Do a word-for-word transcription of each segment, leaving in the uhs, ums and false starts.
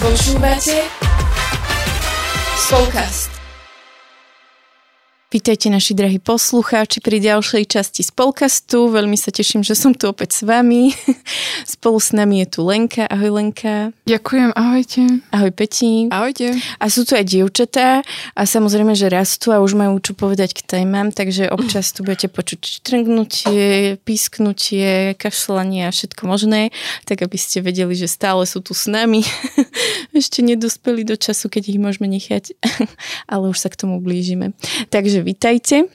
Počúvate Spolkast. Vítajte naši drahí poslucháči pri ďalšej časti Spolkastu. Veľmi sa teším, že som tu opäť s vami. Spolu s nami je tu Lenka. Ahoj Lenka. Ďakujem, ahojte. Ahoj Peti. Ahojte. A sú tu aj dievčatá a samozrejme, že rastú a už majú čo povedať k témam, takže občas tu budete počuť štrngnutie, písknutie, kašľanie a všetko možné, tak aby ste vedeli, že stále sú tu s nami. Ešte nedospeli do času, keď ich môžeme nechať, ale už sa k tomu blížime. Takže vitajte.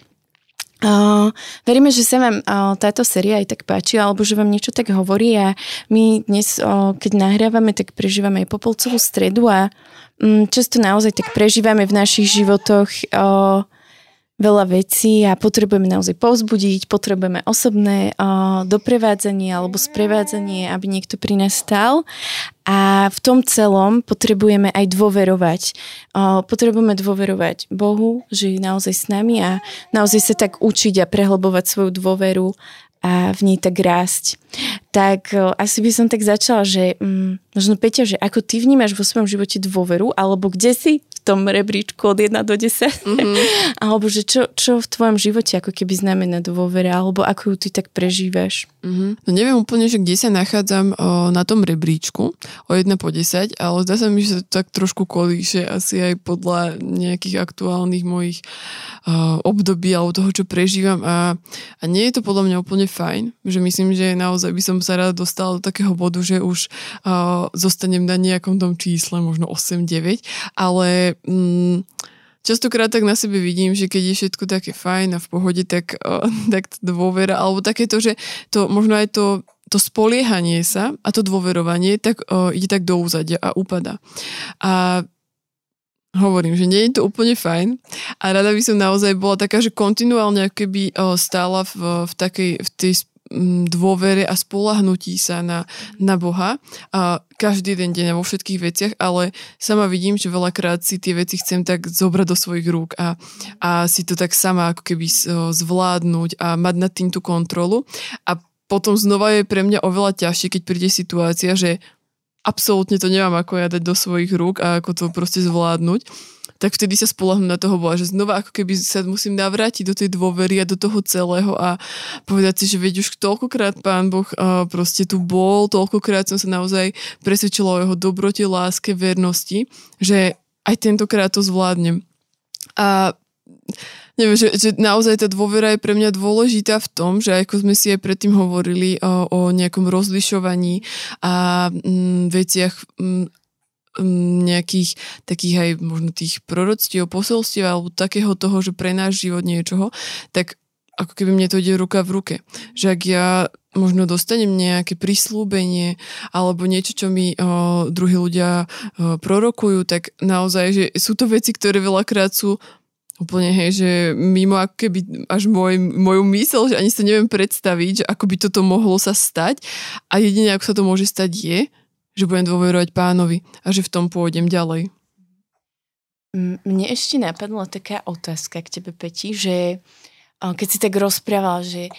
Uh, veríme, že sa vám uh, táto séria aj tak páči, alebo že vám niečo tak hovorí a my dnes, uh, keď nahrávame, tak prežívame aj Popolcovú stredu a um, často naozaj tak prežívame v našich životoch uh, veľa vecí a potrebujeme naozaj povzbudiť, potrebujeme osobné uh, doprevádzanie alebo sprevádzanie, aby niekto pri nás stál. A v tom celom potrebujeme aj dôverovať. Uh, potrebujeme dôverovať Bohu, že je naozaj s nami a naozaj sa tak učiť a prehlbovať svoju dôveru a v nej tak rásť. Tak uh, asi by som tak začala, že um, možno Peťa, že ako ty vnímaš vo svojom živote dôveru, alebo kde si v tom rebríčku od jeden do desať, mm-hmm. alebo že čo, čo v tvojom živote ako keby znamená dôvera, alebo ako ju ty tak prežívaš? Mm-hmm. No neviem úplne, že kde sa nachádzam o, na tom rebríčku od jeden po desať, ale zdá sa mi, že to tak trošku kolíše asi aj podľa nejakých aktuálnych mojich o, období alebo toho, čo prežívam a, a nie je to podľa mňa úplne fajn, že myslím, že naozaj by som sa rada dostala do takého bodu, že už o, zostanem na nejakom tom čísle, možno osem deväť, ale mm, častokrát tak na sebe vidím, že keď je všetko také fajn a v pohode, tak, uh, tak dôvera, alebo takéto, že to možno aj to, to spoliehanie sa a to dôverovanie, tak uh, ide tak do úzadia a upadá. A hovorím, že nie je to úplne fajn a rada by som naozaj bola taká, že kontinuálne keby uh, stála v, v takej, v tej dôvere a spoľahnutí sa na, na Boha a každý den deň a vo všetkých veciach, ale sama vidím, že veľakrát si tie veci chcem tak zobrať do svojich rúk a, a si to tak sama ako keby zvládnuť a mať nad tým tú kontrolu a potom znova je pre mňa oveľa ťažšie, keď príde situácia, že absolútne to nemám ako ja dať do svojich rúk a ako to proste zvládnuť, tak vtedy sa spoľahnú na toho Boha, že znova ako keby sa musím navrátiť do tej dôvery a do toho celého a povedať si, že veď už toľkokrát Pán Boh uh, proste tu bol, toľkokrát som sa naozaj presvedčila o jeho dobrote, láske, vernosti, že aj tentokrát to zvládnem. A neviem, že, že naozaj tá dôvera je pre mňa dôležitá v tom, že ako sme si aj predtým hovorili o, o nejakom rozlišovaní a mm, veciach mm, nejakých takých aj možno tých proroctiev, posolstiev alebo takého toho, že pre náš život niečoho, tak ako keby mne to ide ruka v ruke. Že ak ja možno dostanem nejaké prislúbenie alebo niečo, čo mi o, druhí ľudia o, prorokujú, tak naozaj, že sú to veci, ktoré veľakrát sú úplne, hej, že mimo ako keby až môj, moju mysl, že ani sa neviem predstaviť, že ako by toto mohlo sa stať a jedine ako sa to môže stať je, že budem dôverovať Pánovi a že v tom pôjdem ďalej. Mne ešte napadla taká otázka k tebe, Peti, že keď si tak rozprávala, že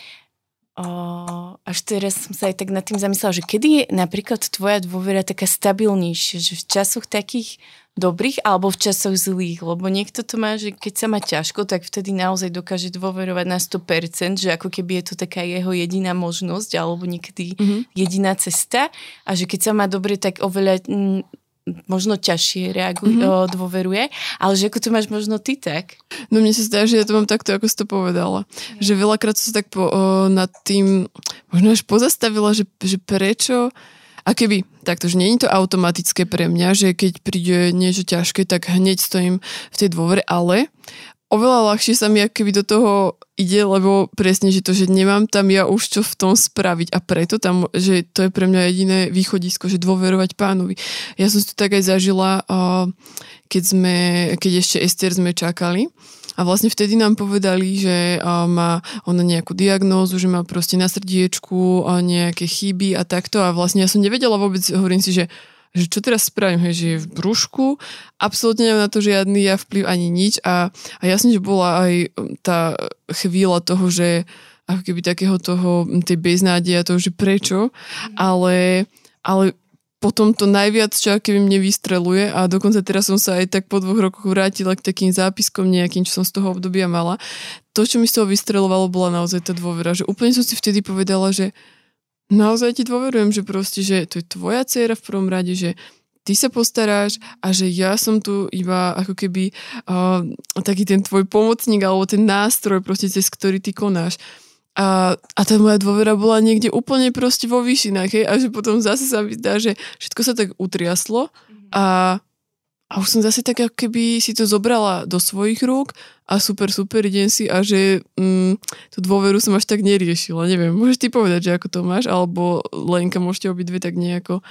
až teraz som sa aj tak nad tým zamyslela, že kedy je napríklad tvoja dôvera taká stabilnejšia, že v časoch takých dobrých alebo v časoch zlých, lebo niekto to má, že keď sa má ťažko, tak vtedy naozaj dokáže dôverovať na sto percent, že ako keby je to taká jeho jediná možnosť alebo niekedy mm-hmm. jediná cesta a že keď sa má dobre, tak oveľa m, možno ťažšie reaguje, mm-hmm. dôveruje, ale že ako to máš možno ty tak? No mne sa zdá, že ja to mám takto, ako si to povedala. Ja. Že veľakrát som sa tak po, o, nad tým možno až pozastavila, že, že prečo a keby, takto, že nie je to automatické pre mňa, že keď príde niečo ťažké, tak hneď stojím v tej dôvere, ale oveľa ľahšie sa mi keby do toho ide, lebo presne, že to, že nemám tam ja už čo v tom spraviť a preto tam, že to je pre mňa jediné východisko, že dôverovať Pánovi. Ja som si to tak aj zažila, keď sme, keď ešte Ester sme čakali. A vlastne vtedy nám povedali, že má ona nejakú diagnózu, že má proste na srdiečku nejaké chyby a takto. A vlastne ja som nevedela vôbec, hovorím si, že, že čo teraz spravím, hej, že je v brúšku, absolútne nemám na to žiadny ja vplyv ani nič. A, a jasne, že bola aj tá chvíľa toho, že ako keby takého toho, tej beznádeje a toho, že prečo, ale, ale potom to najviac, čo keby mne vystreluje a dokonca teraz som sa aj tak po dvoch rokoch vrátila k takým zápiskom nejakým, čo som z toho obdobia mala. To, čo mi z toho vystrelovalo, bola naozaj tá dôvera, že úplne som si vtedy povedala, že naozaj ti dôverujem, že proste, že to je tvoja dcéra v prvom rade, že ty sa postaráš a že ja som tu iba ako keby uh, taký ten tvoj pomocník alebo ten nástroj proste, cez ktorý ty konáš. A, a tá moja dôvera bola niekde úplne proste vo výšinách, hej? A že potom zase sa mi zdá, že všetko sa tak utriaslo a, a už som zase tak ako keby si to zobrala do svojich rúk a super, super, idem si a že mm, tú dôveru som až tak neriešila, neviem, môžeš ty povedať, že ako to máš, alebo Lenka, môžete obidve tak nejako.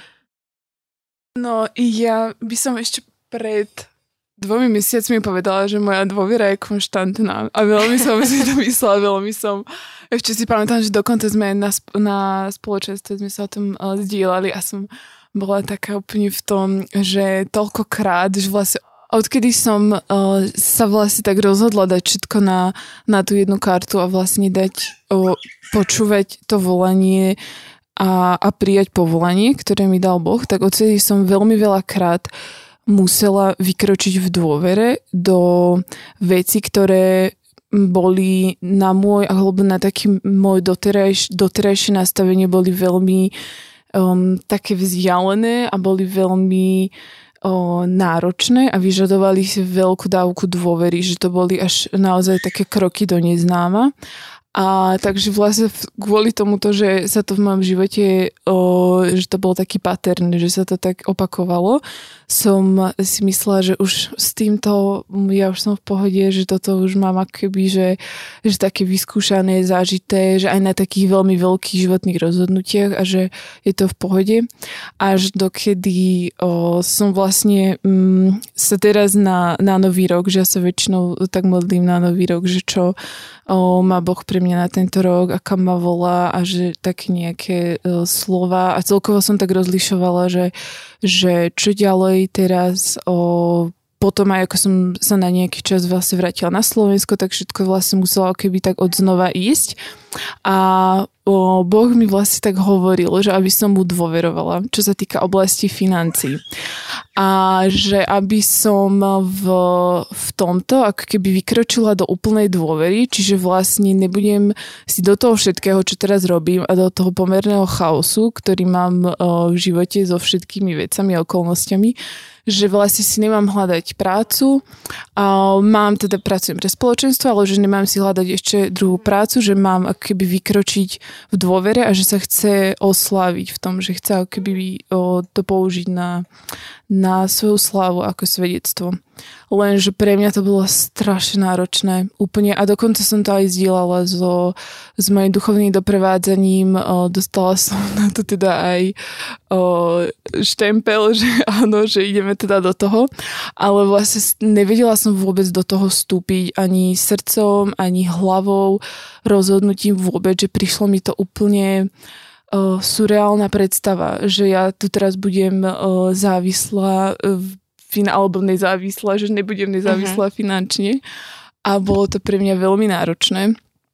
No ja by som ešte pred dvomi mesiacmi povedala, že moja dôvera je konštantná a veľmi som si to myslela, veľmi som ešte si pamätám, že dokonca sme na, na spoločenstve sme sa o tom uh, zdieľali a som bola taká úplne v tom, že toľkokrát, že vlastne odkedy som uh, sa vlastne tak rozhodla dať všetko na, na tú jednu kartu a vlastne dať uh, počúvať to volanie a, a prijať povolanie, ktoré mi dal Boh, tak odtedy som veľmi veľakrát musela vykročiť v dôvere do veci, ktoré boli na môj, alebo na taký môj doterajš, doterajšie nastavenie boli veľmi um, také vzdialené a boli veľmi um, náročné a vyžadovali si veľkú dávku dôvery, že to boli až naozaj také kroky do neznáma. A takže vlastne kvôli tomuto, že sa to v mojom živote, o, že to bol taký pattern, že sa to tak opakovalo, som si myslela, že už s týmto ja už som v pohode, že toto už mám akoby, že, že také vyskúšané, zažité, že aj na takých veľmi veľkých životných rozhodnutiach a že je to v pohode. Až dokedy o, som vlastne m, sa teraz na, na nový rok, že ja sa väčšinou tak modlím na nový rok, že čo o, má Boh pre mňa na tento rok a kam ma volá a že také nejaké o, slova a celkovo som tak rozlišovala, že, že čo ďalej teraz o, potom aj ako som sa na nejaký čas vlastne vrátila na Slovensko, tak všetko vlastne musela keby tak od znova ísť a o, Boh mi vlastne tak hovoril, že aby som mu dôverovala, čo sa týka oblasti financií. A že aby som v, v tomto ako keby vykročila do úplnej dôvery, čiže vlastne nebudem si do toho všetkého, čo teraz robím a do toho pomerného chaosu, ktorý mám o, v živote so všetkými vecami a okolnostiami, že vlastne si nemám hľadať prácu. A mám teda, pracujem pre spoločenstvo, ale že nemám si hľadať ešte druhú prácu, že mám ako keby vykročiť v dôvere a že sa chce osláviť v tom, že chce ako keby o, to použiť na, na svoju slávu ako svedectvo. Lenže pre mňa to bolo strašne náročné. Úplne. A dokonca som to aj zdieľala so, s mojím duchovným doprevádzaním. O, dostala som na to teda aj o, štempel, že áno, že ideme teda do toho. Ale vlastne nevedela som vôbec do toho vstúpiť ani srdcom, ani hlavou, rozhodnutím vôbec, že prišlo mi to úplne o, surreálna predstava, že ja tu teraz budem o, závislá v alebo nezávislá, že nebudem nezávislá uh-huh. finančne. A bolo to pre mňa veľmi náročné.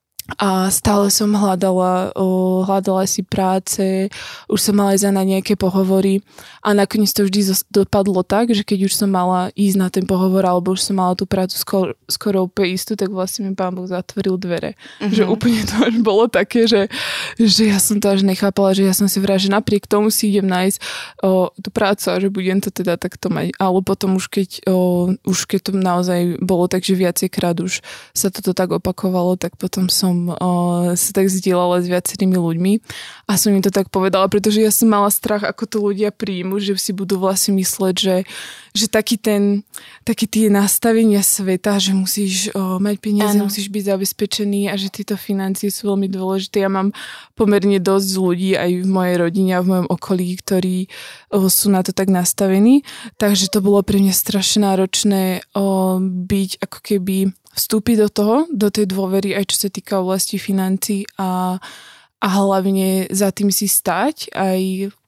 A stále som hľadala, o, hľadala si práce, už som mala ísť na nejaké pohovory a nakoniec to vždy dopadlo tak, že keď už som mala ísť na ten pohovor alebo už som mala tú prácu skoro, skoro úplne istú, tak vlastne mi Pán Boh zatvoril dvere. Uh-huh. Že úplne to až bolo také, že, že ja som to až nechápala, že ja som si vrala, že napriek tomu si idem nájsť o, tú prácu a že budem to teda takto mať. Ale potom už keď, o, už keď to naozaj bolo tak, že viacejkrát už sa toto tak opakovalo, tak potom som O, sa tak zdieľala s viacerými ľuďmi a som im to tak povedala, pretože ja som mala strach, ako to ľudia príjmu, že si budú vlastne mysleť, že, že taký ten, taký tie nastavenia sveta, že musíš o, mať peniaze, ano. Musíš byť zabezpečený a že tieto financie sú veľmi dôležité. Ja mám pomerne dosť ľudí aj v mojej rodine a v mojom okolí, ktorí o, sú na to tak nastavení, takže to bolo pre mňa strašne náročné o, byť ako keby vstúpiť do toho, do tej dôvery, aj čo sa týka oblasti financií a, a hlavne za tým si stať, aj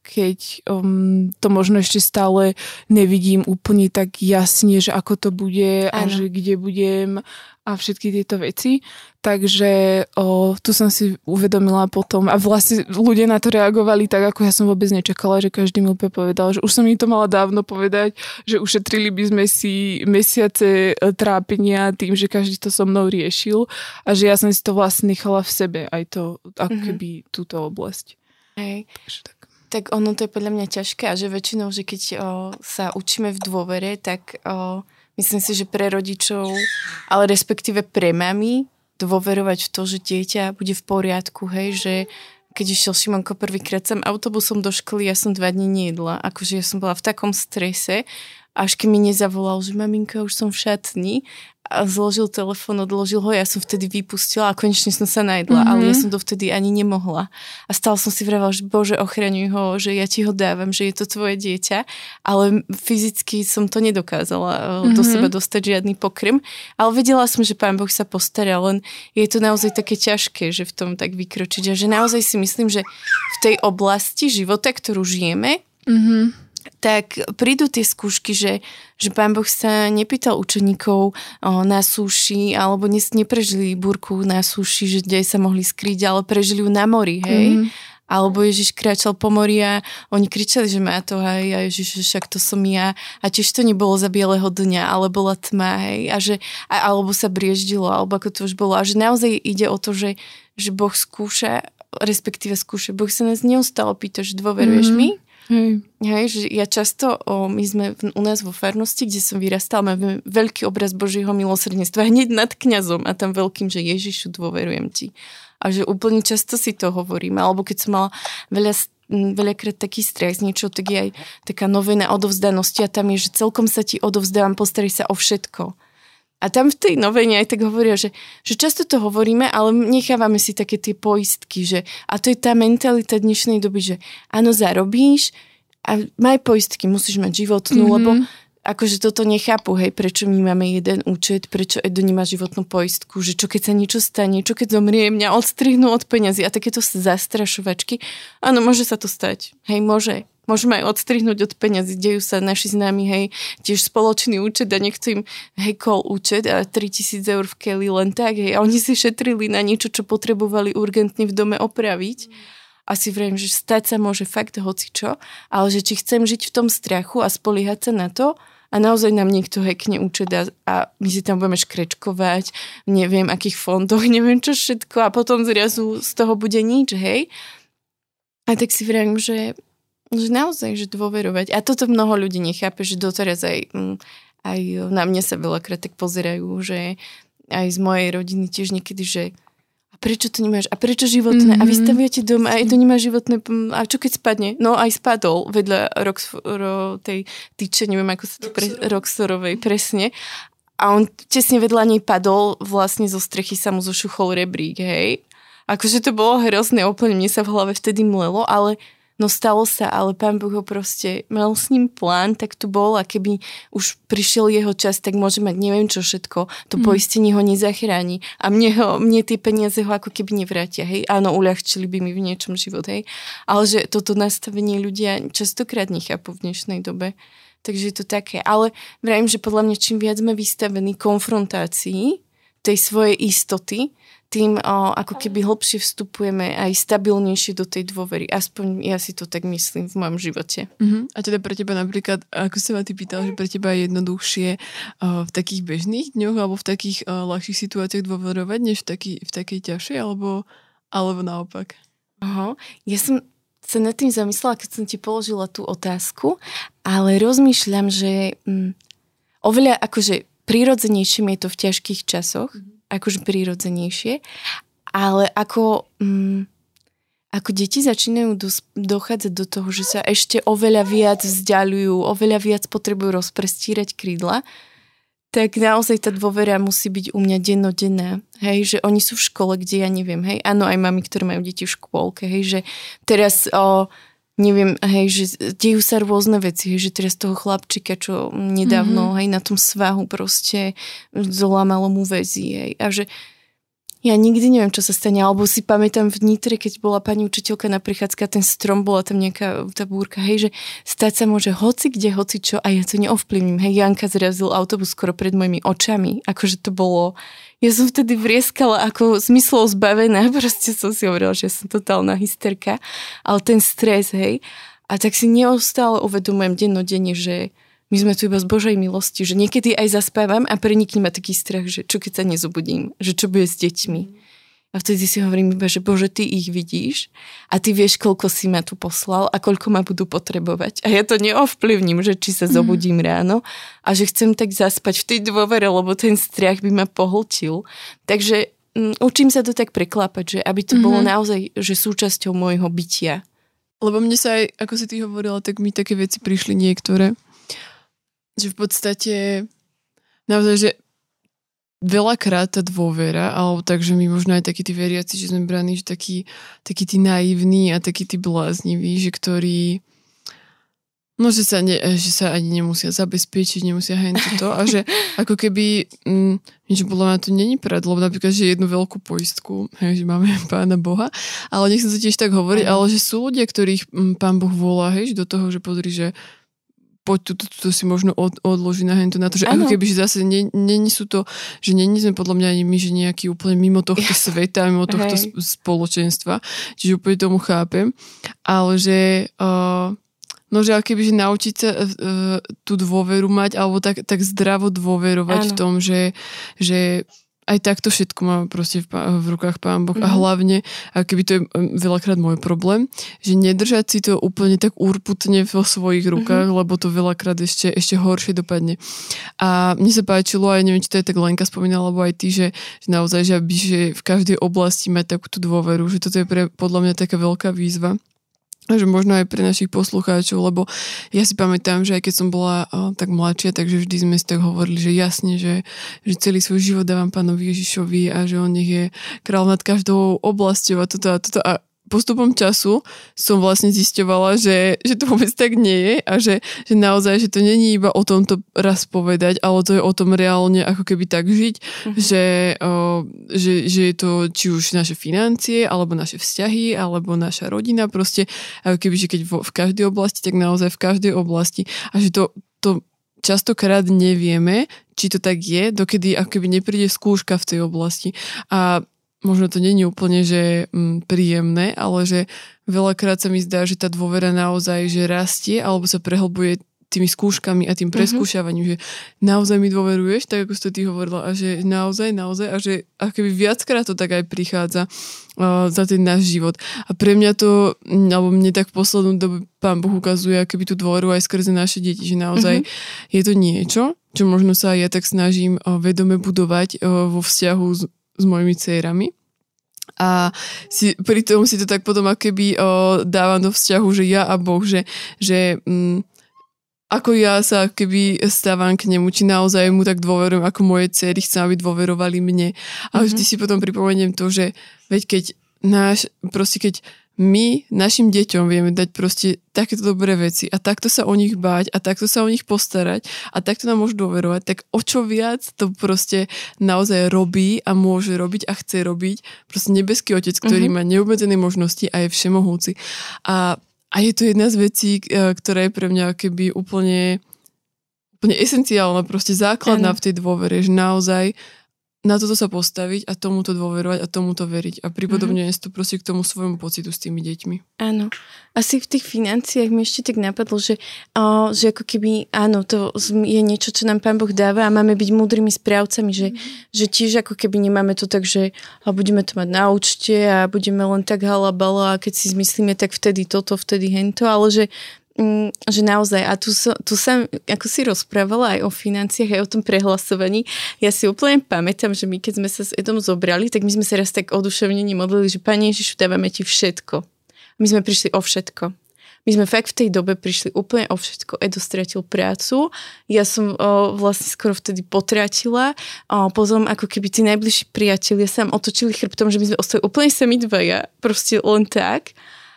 keď um, to možno ešte stále nevidím úplne tak jasne, že ako to bude a ano. že kde budem a všetky tieto veci. Takže o, tu som si uvedomila potom a vlastne ľudia na to reagovali tak, ako ja som vôbec nečakala, že každý mi úplne povedal, že už som im to mala dávno povedať, že ušetrili by sme si mesiace trápenia tým, že každý to so mnou riešil a že ja som si to vlastne nechala v sebe, aj to ako mm-hmm. keby túto oblasť. Hej. Tak. tak ono to je podľa mňa ťažké a že väčšinou, že keď o, sa učíme v dôvere, tak o, myslím si, že pre rodičov, ale respektíve pre mami, dôverovať v to, že dieťa bude v poriadku, hej, že keď išiel Šimonko prvýkrát sem autobusom do školy, ja som dva dní nejedla, akože ja som bola v takom strese, až keď mi nezavolal, že maminka, už som v šatni a zložil telefón, odložil ho, ja som vtedy vypustila a konečne som sa najedla, mm-hmm. ale ja som to vtedy ani nemohla. A stále som si vravala, že Bože, ochraňuj ho, že ja ti ho dávam, že je to tvoje dieťa, ale fyzicky som to nedokázala mm-hmm. do seba dostať žiadny pokrm, ale vedela som, že Pán Boh sa postará, len je to naozaj také ťažké, že v tom tak vykročiť a že naozaj si myslím, že v tej oblasti života, ktorú žijeme, mm-hmm. tak prídu tie skúšky, že, že Pán Boh sa nepýtal učeníkov o, na súši, alebo ne, neprežili búrku na súši, že kde sa mohli skryť, ale prežili ju na mori, hej? Mm. Alebo Ježiš kráčal po mori a oni kričali, že má to, hej, a Ježiš, však to som ja. A tiež to nebolo za bieleho dňa, ale bola tma, hej, a že, a, alebo sa brieždilo, alebo ako to už bolo. A že naozaj ide o to, že, že Boh skúša, respektíve skúša. Boh sa nás neustále pýta, že dôveruješ mm. mi? Hej. Hej, že ja často, o, my sme v, u nás vo farnosti, kde som vyrastala, máme veľký obraz Božieho milosrdenstva hneď nad kňazom a tam veľkým, že Ježišu, dôverujem ti. A že úplne často si to hovorím, alebo keď som mala veľa, veľakrát taký stres, niečo, tak je aj taká novina odovzdanosti a tam je, že celkom sa ti odovzdávam, postaraj sa o všetko. A tam v tej novene aj tak hovoria, že, že často to hovoríme, ale nechávame si také tie poistky, že a to je tá mentalita dnešnej doby, že áno, zarobíš a maj poistky, musíš mať životnú, mm-hmm. lebo akože toto nechápu, hej, prečo my máme jeden účet, prečo Edo nemá životnú poistku, že čo keď sa niečo stane, čo keď zomrie, mňa odstrihnú od peňazí a takéto zastrašovačky. Áno, môže sa to stať, hej, môže. Môžeme aj odstrihnúť od peňazí, dejú sa naši známi, hej, tiež spoločný účet a niekto im hackol účet a tritisíc eur v keli len tak, hej, a oni si šetrili na niečo, čo potrebovali urgentne v dome opraviť. A si vrejím, že stať sa môže fakt hocičo, ale že či chcem žiť v tom strachu a spoliehať sa na to a naozaj nám niekto hackne účet a, a my si tam budeme škrečkovať, neviem akých fondoch, neviem čo všetko a potom zrazu z toho bude nič, hej. A tak si vrejím, že že naozaj, že dôverovať. A toto mnoho ľudí nechápe, že doteraz aj, aj na mňa sa veľakrát tak pozerajú, že aj z mojej rodiny tiež niekedy, že a prečo to nemáš? A prečo životné? Mm-hmm. A vystavujete dom a aj to nemá životné. A čo keď spadne? No aj spadol vedľa Rox, ro, tej tyče, neviem ako sa to pre, Roxorovej, presne. A on tesne vedľa nej padol, vlastne zo strechy sa mu zošuchol rebrík, hej. Akože to bolo hrozné, úplne mne sa v hlave vtedy mlelo, ale no stalo sa, ale Pán Boh ho proste mal s ním plán, tak to bol a keby už prišiel jeho čas, tak môže mať neviem čo všetko, to mm. poistenie ho nezachráni a mne, ho, mne tie peniaze ho ako keby nevrátia, hej, áno, uľahčili by mi v niečom život, hej, ale že toto nastavenie ľudia častokrát nechápu v dnešnej dobe, takže je to také, ale vravím, že podľa mňa čím viac sme vystavení konfrontácii tej svojej istoty, tým o, ako keby hlbšie vstupujeme aj stabilnejšie do tej dôvery. Aspoň ja si to tak myslím v mojom živote. Uh-huh. A teda pre teba napríklad, ako sa ma ty pýtal, že pre teba je jednoduchšie uh, v takých bežných dňoch alebo v takých uh, ľahších situáciách dôverovať, než v, taký, v takej ťažšej, alebo, alebo naopak? Aha. Ja som sa nad tým zamyslela, keď som ti položila tú otázku, ale rozmýšľam, že mm, oveľa akože prirodzenejšie je to v ťažkých časoch, uh-huh. akože prirodzenejšie, ale ako, mm, ako deti začínajú dos- dochádzať do toho, že sa ešte oveľa viac vzdialujú, oveľa viac potrebujú rozprestírať krídla, tak naozaj tá dôvera musí byť u mňa dennodenná. Hej, že oni sú v škole, kde ja neviem, hej, áno, aj mami, ktoré majú deti v škôlke, hej, že teraz o, neviem, hej, že dejú sa rôzne veci, hej, že teraz toho chlapčika, čo nedávno, mm-hmm. hej, na tom svahu proste zolámalo mu väzy, hej, a že Ja nikdy neviem, čo sa stane, alebo si pamätám v Nitre, keď bola pani učiteľka na prichádzke a ten strom, bola tam nejaká tá búrka, hej, že stať sa môže hoci kde, hoci čo a ja to neovplyvním. Hej, Janka zrazil autobus skoro pred mojimi očami, akože to bolo, ja som vtedy vrieskala ako zmyslov zbavená, proste som si hovorila, že som totálna hysterka, ale ten stres, hej, a tak si neustále uvedomujem dennodenne, že my sme tu iba z Božej milosti, že niekedy aj zaspávam a prenikne ma taký strach, že čo keď sa nezobudím, že čo bude s deťmi. A vtedy si hovorím iba, že Bože, ty ich vidíš a ty vieš, koľko si ma tu poslal a koľko ma budú potrebovať. A ja to neovplyvním, že či sa zobudím ráno a že chcem tak zaspať v tej dôvere, lebo ten strach by ma pohltil. Takže um, učím sa to tak preklápať, že aby to mm-hmm. bolo naozaj že súčasťou môjho bytia. Lebo mne sa aj, ako si ty hovorila, tak mi také veci prišli niektoré, že v podstate naozaj, že veľakrát tá dôvera, alebo tak, že my možno aj takí tí veriaci, že sme braní, že takí, takí tí naivní a takí tí blázniví, že ktorí no, že sa, ne, že sa ani nemusia zabezpečiť, nemusia hentiť to a že ako keby mm, niečo podľa mňa to není pravda, lebo napríklad, že jednu veľkú poistku, hej, že máme Pána Boha, ale nech sa to tiež tak hovorí, ale že sú ľudia, ktorých mm, Pán Boh volá, hej, do toho, že pozri, že poď tu, tu, tu si možno od, odloží na hento na to, že ano. Ako keby, že zase nie, nie sú to, že nie sme podľa mňa ani my, že nejaký úplne mimo tohto sveta, mimo tohto hey. spoločenstva, čiže úplne tomu chápem, ale že uh, no, že ako keby, že naučiť sa uh, tú dôveru mať, alebo tak, tak zdravo dôverovať ano. V tom, že, že aj takto všetko má proste v, v rukách Pán Boh mm-hmm. a hlavne, a keby to je veľakrát môj problém, že nedržať si to úplne tak urputne vo svojich rukách, mm-hmm. lebo to veľakrát ešte, ešte horšie dopadne. A mne sa páčilo, aj neviem, či to je tak Lenka spomínala, alebo aj ty, že, že naozaj, že aby že v každej oblasti mať takúto dôveru, že toto je pre, podľa mňa taká veľká výzva. A že možno aj pre našich poslucháčov, lebo ja si pamätám, že aj keď som bola o, tak mladšia, takže vždy sme si tak hovorili, že jasne, že, že celý svoj život dávam Pánovi Ježišovi a že on nech je kráľ nad každou oblasťou a toto a toto a postupom času som vlastne zisťovala, že, že to vôbec tak nie je a že, že naozaj, že to není iba o tom to raz povedať, ale to je o tom reálne ako keby tak žiť, mm-hmm. že, o, že, že je to či už naše financie, alebo naše vzťahy, alebo naša rodina, proste ako keby, že keď vo, v každej oblasti, tak naozaj v každej oblasti a že to, to častokrát nevieme, či to tak je, dokedy ako keby nepríde skúška v tej oblasti a možno to nie je úplne, že mm, príjemné, ale že veľakrát sa mi zdá, že tá dôvera naozaj, že rastie, alebo sa prehlbuje tými skúškami a tým preskúšavaním, mm-hmm. že naozaj mi dôveruješ, tak ako si to ty hovorila, a že naozaj, naozaj, a že akoby viackrát to tak aj prichádza uh, za ten náš život. A pre mňa to, alebo mne tak v poslednú dobu Pán Boh ukazuje akoby tú dôveru aj skrze naše deti, že naozaj mm-hmm. je to niečo, čo možno sa ja tak snažím uh, vedome budovať uh, vo vzťahu s s mojimi dcérami. A si, pri tom si to tak potom akoby o, dávam do vzťahu, že ja a Boh, že, že mm, ako ja sa keby stávam k nemu, či naozaj mu tak dôverujem, ako moje dcery chcem, aby dôverovali mne. A vždy mm-hmm. si potom pripomeniem to, že veď keď náš, proste keď my našim deťom vieme dať proste takéto dobré veci a takto sa o nich báť a takto sa o nich postarať a takto nám môžu dôverovať, tak o čo viac to proste naozaj robí a môže robiť a chce robiť proste nebeský Otec, ktorý mm-hmm. má neobmedzené možnosti a je všemohúci. A, a je to jedna z vecí, ktorá je pre mňa keby úplne, úplne esenciálna, proste základná mm. v tej dôvere, že naozaj na toto sa postaviť a tomuto dôverovať a tomuto veriť. A pripodobňujem mm-hmm. to proste k tomu svojmu pocitu s tými deťmi. Áno. Asi v tých financiách mi ešte tak napadlo, že, o, že ako keby, áno, to je niečo, čo nám Pán Boh dáva a máme byť múdrymi správcami, že, mm-hmm. že tiež ako keby nemáme to tak, že budeme to mať na účte a budeme len tak halabala a keď si zmyslíme, tak vtedy toto, vtedy hento, ale že že naozaj, a tu, so, tu sa, ako si rozprávala aj o financiách, aj o tom prehlasovaní, ja si úplne pamätám, že my keď sme sa s Edom zobrali, tak my sme sa raz tak oduševnení modlili, že Pane Ježišu, dávame ti všetko. My sme prišli o všetko. My sme fakt v tej dobe prišli úplne o všetko. Edo stratil prácu, ja som o, vlastne skoro vtedy potratila, o, potom ako keby tí najbližší priatelia sa nám otočili chrbtom, že my sme ostali úplne sami dvaja, proste len tak. A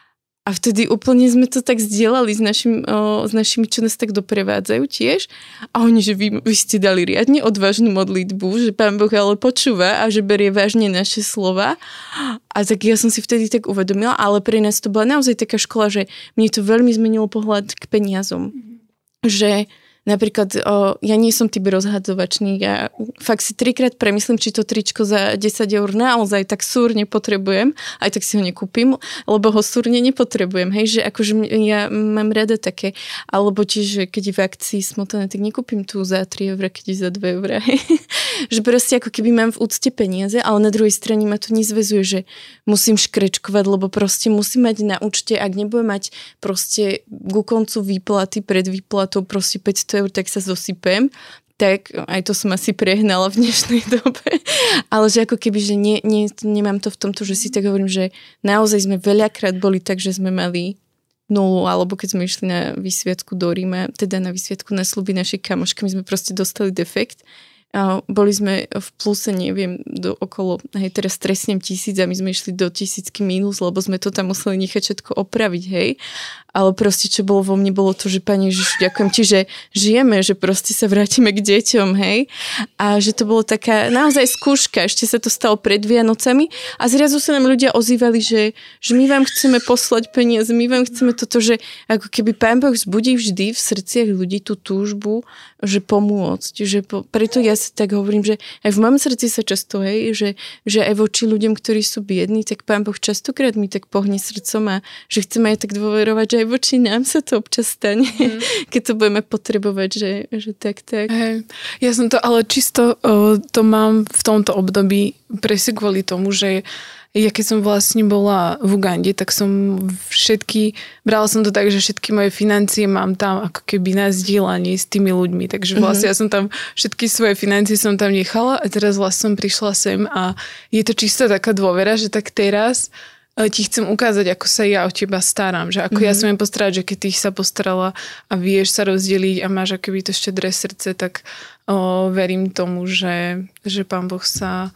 A vtedy úplne sme to tak zdieľali s, našim, o, s našimi, čo nás tak doprevádzajú tiež. A oni, že vy, vy ste dali riadne odvážnu modlitbu, že Pán Boh ale počúva a že berie vážne naše slova. A tak ja som si vtedy tak uvedomila, ale pre nás to bola naozaj taká škola, že mne to veľmi zmenilo pohľad k peniazom. Mm-hmm. Že napríklad, o, ja nie som typ rozhadzovačný, ja fakt si trikrát premyslím, či to tričko za desať eur naozaj tak súrne potrebujem, aj tak si ho nekúpim, lebo ho súrne nepotrebujem, hej, že akože ja mám rada také, alebo tiež, keď je v akcii smotané, tak nekúpim tu za tri eurá, keď je za dva eurá, hej. Že proste ako keby mám v úcte peniaze, ale na druhej strane ma to nezväzuje, že musím škrečkovať, lebo proste musím mať na účte, ak nebudem mať proste ku koncu výplaty, pred výplatou proste päťsto eur, tak sa zosypem, tak aj to som asi prehnala v dnešnej dobe. Ale že ako keby, že nie, nie, nemám to v tomto, že si tak hovorím, že naozaj sme veľakrát boli tak, že sme mali nulu, alebo keď sme išli na vysviatku do Ríma, teda na vysviatku na sľuby našej kamošky, my sme proste dostali defekt. A boli sme v pluse, neviem, do okolo, hej, teraz stresnem tisíc a my sme išli do tisícky mínus, lebo sme to tam museli nechať všetko opraviť, hej. Ale proste, čo bolo vo mne, bolo to, že Pane Ježišu, ďakujem ti, že žijeme, že proste sa vrátime k deťom, hej. A že to bolo taká naozaj skúška, ešte sa to stalo pred Vianocami a zrazu sa nám ľudia ozývali, že, že my vám chceme poslať peniaze, my vám chceme toto, že ako keby Pán Boh vzbudí vždy v srdciach ľudí tú túžbu, že pomôcť, že po, preto ja si tak hovorím, že aj v mojom srdci sa často, hej, že, že aj voči ľuďom, ktorí sú biední, tak Pán Boh častokrát mi tak pohne srdcom a že chceme aj tak dôverovať, že aj voči nám sa to občas stane, mm. keď to budeme potrebovať, že, že tak, tak. Hey. Ja som to, ale čisto uh, to mám v tomto období presne kvôli tomu, že ja keď som vlastne bola v Ugande, tak som všetky, brala som to tak, že všetky moje financie mám tam ako keby na zdieľanie s tými ľuďmi, takže vlastne mm-hmm. ja som tam, všetky svoje financie som tam nechala a teraz vlastne som prišla sem a je to čisto taká dôvera, že tak teraz ti chcem ukázať, ako sa ja o teba starám, že ako mm-hmm. ja som viem postarať, že keď ty sa postarala a vieš sa rozdeliť a máš akoby to štedré srdce, tak o, verím tomu, že, že Pán Boh sa,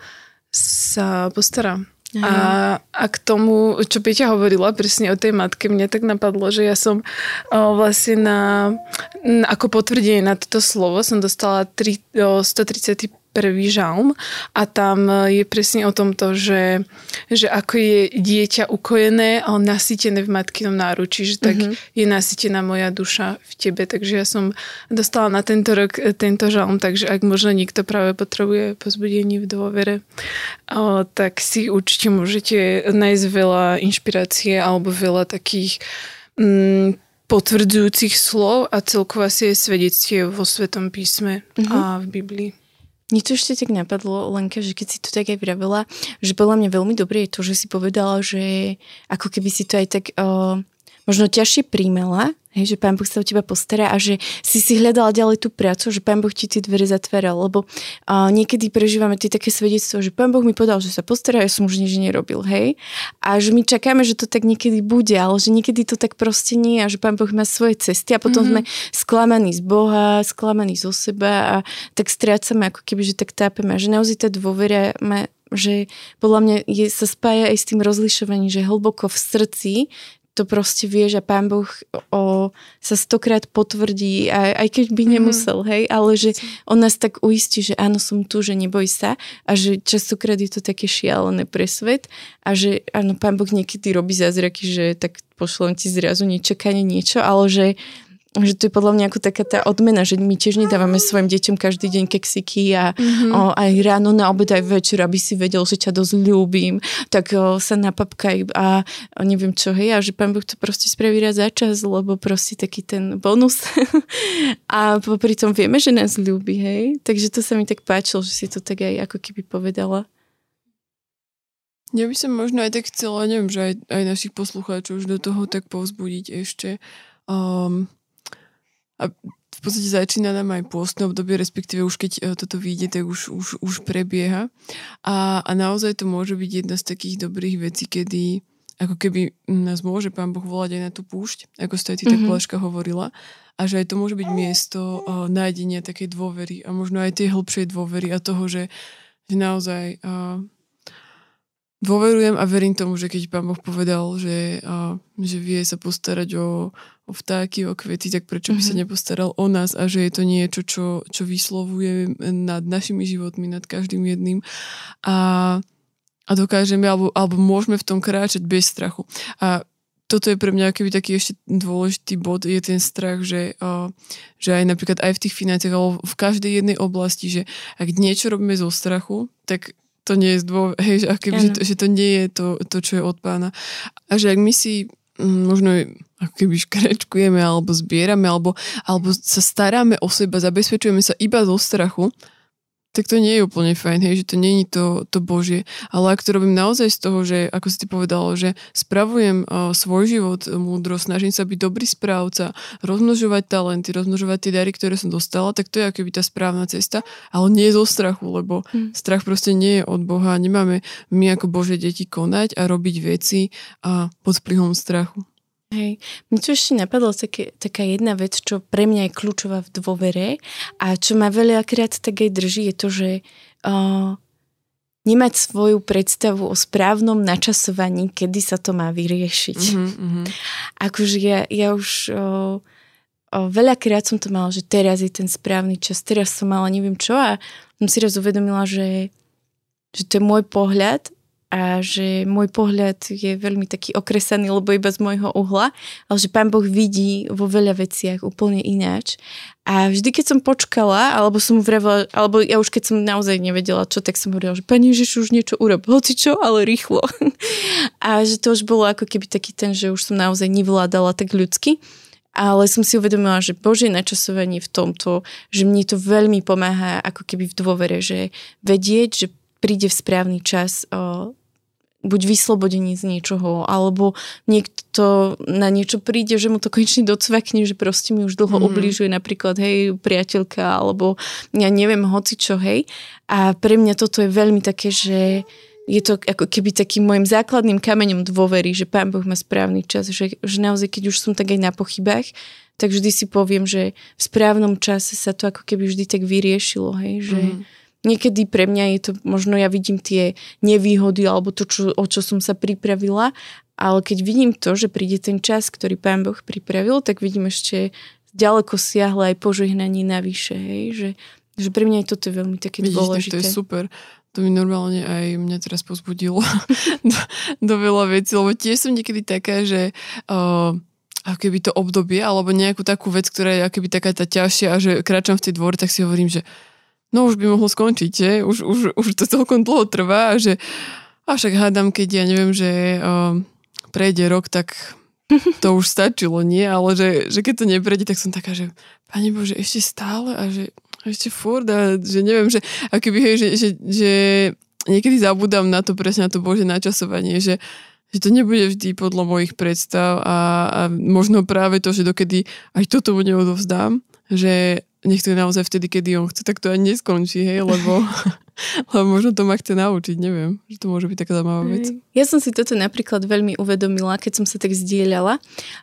sa postará. A, a k tomu, čo Peťa hovorila presne o tej matke, mne tak napadlo, že ja som o, vlastne na, na, ako potvrdenie na toto slovo som dostala tri, o, stotridsiaty prvý žalm a tam je presne o tomto, že, že ako je dieťa ukojené a nasýtené v matkinom náručí, že tak mm-hmm. je nasýtená moja duša v tebe. Takže ja som dostala na tento rok tento žalm, takže ak možno niekto práve potrebuje pozbudenie v dôvere, o, tak si určite môžete nájsť veľa inšpirácie alebo veľa takých mm, potvrdzujúcich slov a celkovo asi je svedectiev vo Svetom písme mm-hmm. a v Biblii. Mne to ešte tak napadlo, Lenka, že keď si to tak aj vravela, že podľa mňa veľmi dobré je to, že si povedala, že ako keby si to aj tak uh, možno ťažšie príjmela, hej, že Pán Boh sa o teba postará a že si si hľadala ďalej tú prácu, že Pán Boh ti tie dvere zatváral, lebo uh, niekedy prežívame tie také svedectvo, že Pán Boh mi povedal, že sa postará, ja som už nič nerobil, hej. A že my čakáme, že to tak niekedy bude, ale že niekedy to tak proste nie a že Pán Boh má svoje cesty a potom mm-hmm. sme sklamaní z Boha, sklamaní zo seba a tak strácame ako keby, že tak tápeme a že naozaj tá dôvera má, že podľa mňa je, sa spája aj s tým rozlišovaním, že hlboko v srdci to proste vie, že Pán Boh o, sa stokrát potvrdí, aj, aj keď by nemusel, mm. hej, ale že on nás tak uistí, že áno, som tu, že neboj sa a že častokrát je to také šialené pre svet a že áno, Pán Boh niekedy robí zázraky, že tak pošlem ti zrazu nečakanie niečo, ale že že to je podľa mňa ako taká tá odmena, že my tiež nedávame svojim deťom každý deň keksiky a mm-hmm. o, aj ráno na obed, aj večer, aby si vedel, že ťa dosť ľúbim, tak o, sa napapkaj a o, neviem čo, hej, a že Pán Boh to proste spraví raz za čas, lebo proste taký ten bonus a popri tom vieme, že nás ľúbi, hej, takže to sa mi tak páčilo, že si to tak aj ako keby povedala. Ja by som možno aj tak chcela, neviem, že aj, aj našich poslucháčov už do toho tak povzbudiť ešte. Um, A v podstate začína nám aj pôstne obdobie, respektíve už keď toto vyjde, tak už, už, už prebieha. A, a naozaj to môže byť jedna z takých dobrých vecí, kedy ako keby nás môže Pán Boh volať aj na tú púšť, ako ste aj ty mm-hmm. tak Blažka hovorila. A že aj to môže byť miesto uh, nájdenia takej dôvery a možno aj tej hĺbšej dôvery a toho, že, že naozaj uh, dôverujem a verím tomu, že keď Pán Boh povedal, že, a, že vie sa postarať o, o vtáky, o kvety, tak prečo by mm-hmm. sa nepostaral o nás a že je to niečo, čo, čo vyslovuje nad našimi životmi, nad každým jedným a, a dokážeme, alebo, alebo môžeme v tom kráčať bez strachu. A toto je pre mňa akýby taký ešte dôležitý bod, je ten strach, že, uh, že aj napríklad aj v tých financiách, alebo v každej jednej oblasti, že ak niečo robíme zo strachu, tak to nie je zdôvod, hej, že, akýby, že, to, že to nie je to, to, čo je od Pána. A že ak my si m, možno ako keby škrečkujeme, alebo zbierame, alebo, alebo sa staráme o seba, zabezpečujeme sa iba zo strachu, tak to nie je úplne fajn, hej, že to nie je to, to Božie. Ale ak to robím naozaj z toho, že, ako si ty povedala, že spravujem uh, svoj život múdro, snažím sa byť dobrý správca, rozmnožovať talenty, rozmnožovať tie dary, ktoré som dostala, tak to je akoby tá správna cesta, ale nie zo strachu, lebo hmm. strach proste nie je od Boha. Nemáme my ako Božie deti konať a robiť veci a pod vplyvom strachu. Hej, mne tu ešte napadlo také, taká jedna vec, čo pre mňa je kľúčová v dôvere a čo ma veľakrát tak aj drží, je to, že uh, nemať svoju predstavu o správnom načasovaní, kedy sa to má vyriešiť. Mm-hmm. Akože ja, ja už uh, uh, veľakrát som to mala, že teraz je ten správny čas, teraz som mala neviem čo a som si raz uvedomila, že, že to je môj pohľad a že môj pohľad je veľmi taký okresaný, lebo iba z môjho uhla, ale že Pán Boh vidí vo veľa veciach úplne ináč. A vždy, keď som počkala, alebo som vravela, alebo ja už keď som naozaj nevedela čo, tak som hovorila, že Pane Ježiš, už niečo urob, hoci čo, ale rýchlo. A že to už bolo ako keby taký ten, že už som naozaj nevládala tak ľudsky. Ale som si uvedomila, že Božie načasovanie v tomto, že mne to veľmi pomáha ako keby v dôvere, že vedieť, že príde v správny čas o, buď vyslobodenie z niečoho, alebo niekto na niečo príde, že mu to konečne docvakne, že proste mi už dlho mm. ubližuje napríklad, hej, priateľka, alebo ja neviem, hoci čo, hej. A pre mňa toto je veľmi také, že je to ako keby takým môjim základným kameňom dôvery, že Pán Boh má správny čas, že, že naozaj, keď už som tak aj na pochybách, tak vždy si poviem, že v správnom čase sa to ako keby vždy tak vyriešilo, hej, že mm. niekedy pre mňa je to, možno ja vidím tie nevýhody alebo to, čo, o čo som sa pripravila, ale keď vidím to, že príde ten čas, ktorý Pán Boh pripravil, tak vidím ešte ďaleko siahle aj požehnanie navyše, hej, že, že pre mňa je toto veľmi také Vidíš, dôležité. To je super. To mi normálne aj mňa teraz pozbudilo do, do veľa vecí, lebo tiež som niekedy taká, že uh, ako keby to obdobie, alebo nejakú takú vec, ktorá je ako keby taká tá ťažšia a že kráčam v tej dvore, tak si hovorím, že no už by mohlo skončiť, že? Už, už, už to celkom dlho trvá a že a však hádam, keď ja neviem, že uh, prejde rok, tak to už stačilo, nie? Ale že, že keď to neprejde, tak som taká, že Pane Bože, ešte stále a že ešte furt a že neviem, že akoby, hej, že, že, že niekedy zabúdam na to presne na to Božie načasovanie, že, že to nebude vždy podľa mojich predstav a, a možno práve to, že dokedy aj toto mu neodovzdám, že nech to je naozaj vtedy, kedy on chce, tak to ani neskončí, hej, lebo, lebo možno to ma chce naučiť, neviem, že to môže byť taká zaujímavá vec. Ja som si toto napríklad veľmi uvedomila, keď som sa tak zdieľala,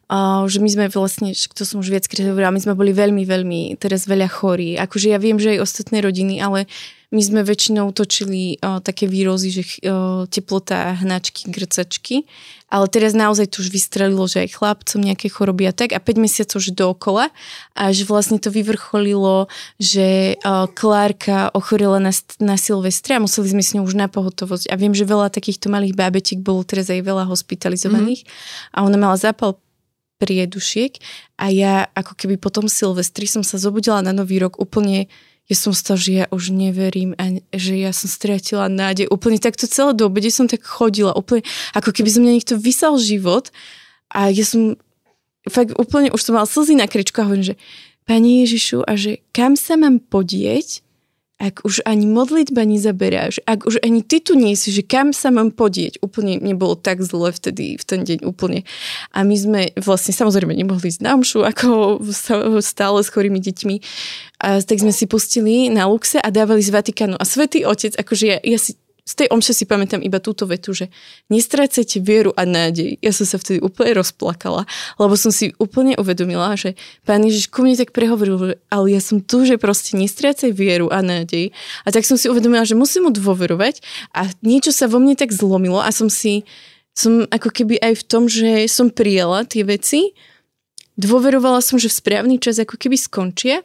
že my sme vlastne, to som už viackrát hovorila, my sme boli veľmi, veľmi teraz veľa chorí. Akože ja viem, že aj ostatné rodiny, ale my sme väčšinou točili o, také výrozy, že o, teplota, hnačky, grcačky, ale teraz naozaj to už vystrelilo, že aj chlapcom nejaké choroby a tak a päť mesiacov už dookola a že vlastne to vyvrcholilo, že o, Klárka ochorela na, na Silvestre a museli sme s ňou už na pohotovosť a viem, že veľa takýchto malých bábetiek bolo teraz aj veľa hospitalizovaných mm-hmm. a ona mala zápal priedušiek a ja ako keby po tom Silvestri som sa zobudila na Nový rok úplne. Ja som stala, že ja už neverím a že ja som stratila nádej. Úplne takto celé do obede som tak chodila. Úplne, ako keby zo mňa niekto vysal život a ja som fakt úplne, už som mala slzy na kričku a hovorím, že Pane Ježišu, a že kam sa mám podieť, ak už ani modlitba nezaberáš, ak už ani ty tu nie si, že kam sa mám podieť. Úplne nebolo tak zle vtedy, v ten deň úplne. A my sme vlastne samozrejme nemohli ísť na omšu, ako stále s chorými deťmi. A tak sme si pustili na Luxe a dávali z Vatikánu. A Svätý Otec, akože ja, ja si z tej omše si pamätám iba túto vetu, že nestrácajte vieru a nádej. Ja som sa vtedy úplne rozplakala, lebo som si úplne uvedomila, že Pán Ježiš ku mne tak prehovoril, že ale ja som tu, že proste nestrácaj vieru a nádej. A tak som si uvedomila, že musím mu dôverovať a niečo sa vo mne tak zlomilo a som si, som ako keby aj v tom, že som prijala tie veci, dôverovala som, že v správny čas ako keby skončia,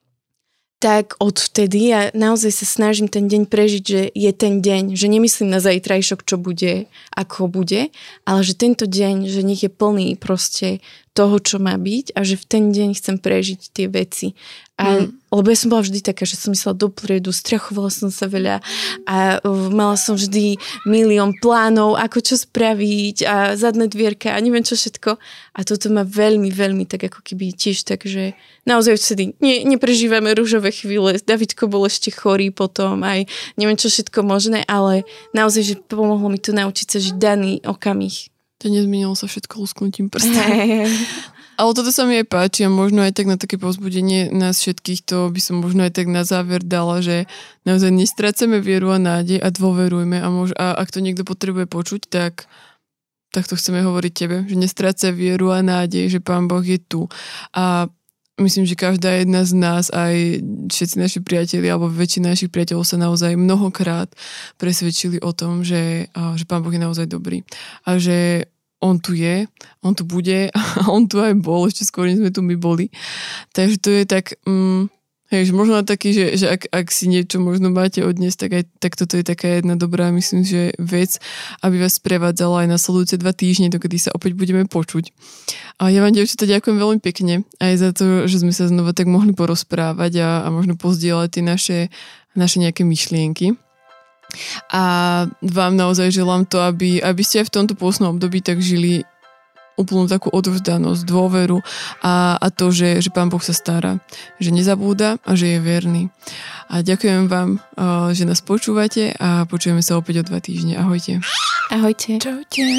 tak odvtedy ja naozaj sa snažím ten deň prežiť, že je ten deň, že nemyslím na zajtrajšok, čo bude, ako bude, ale že tento deň, že nech je plný proste toho, čo má byť a že v ten deň chcem prežiť tie veci. A, mm. Lebo ja som bola vždy taká, že som myslela dopredu, strachovala som sa veľa a uh, mala som vždy milión plánov, ako čo spraviť a zadné dvierka a neviem čo všetko. A toto ma veľmi, veľmi tak ako keby tiež tak, že naozaj vtedy ne, neprežívame ružové chvíle. Davidko bol ešte chorý potom, aj neviem čo všetko možné, ale naozaj, že pomohlo mi to naučiť sa žiť daný okamih. To nezmenilo sa všetko lusknutím prsta. Ale toto sa mi aj páči a možno aj tak na také povzbudenie nás všetkých, to by som možno aj tak na záver dala, že naozaj nestrácame vieru a nádej a dôverujme a, mož- a ak to niekto potrebuje počuť, tak, tak to chceme hovoriť tebe, že nestráca vieru a nádej, že Pán Boh je tu. A myslím, že každá jedna z nás, aj všetci naši priatelia alebo väčšina našich priateľov sa naozaj mnohokrát presvedčili o tom, že, že Pán Boh je naozaj dobrý. A že on tu je, on tu bude a on tu aj bol, ešte skôr než sme tu my boli. Takže to je tak, um, hej, že možno taký, že, že ak, ak si niečo možno máte odniesť, tak aj tak toto je taká jedna dobrá, myslím, že vec, aby vás prevádzala aj na sledujúce dva týždne, dokedy sa opäť budeme počuť. A ja vám, dievčatá, ďakujem veľmi pekne aj za to, že sme sa znova tak mohli porozprávať a, a možno pozdieľať tie naše, naše nejaké myšlienky. A vám naozaj želám to, aby, aby ste aj v tomto pôstnom období tak žili úplnú takú odovzdanosť, dôveru a, a to, že, že Pán Boh sa stará, že nezabúda a že je verný. A ďakujem vám, že nás počúvate a počujeme sa opäť o dva týždne. Ahojte. Ahojte. Čaute.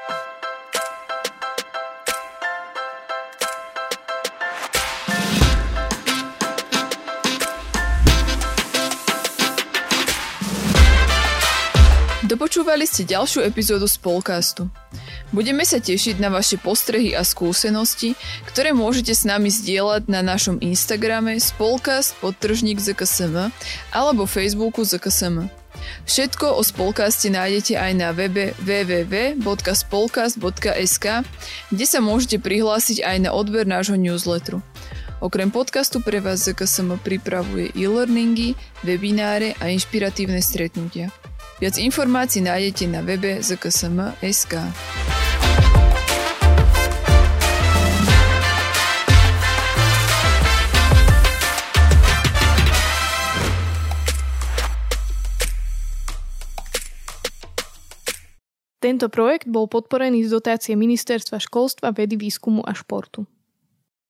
Dopočúvali ste ďalšiu epizódu Spolcastu. Budeme sa tešiť na vaše postrehy a skúsenosti, ktoré môžete s nami zdieľať na našom Instagrame spolcast podtržník zet ká es em alebo Facebooku zet ká es em. Všetko o Spolcaste nájdete aj na webe w w w bodka spolcast bodka es ká, kde sa môžete prihlásiť aj na odber nášho newsletteru. Okrem podcastu pre vás zet ká es em pripravuje e-learningy, webináre a inšpiratívne stretnutia. Viac informácií nájdete na webe zet ká es em bodka es ká. Tento projekt bol podporený z dotácie Ministerstva školstva, vedy, výskumu a športu.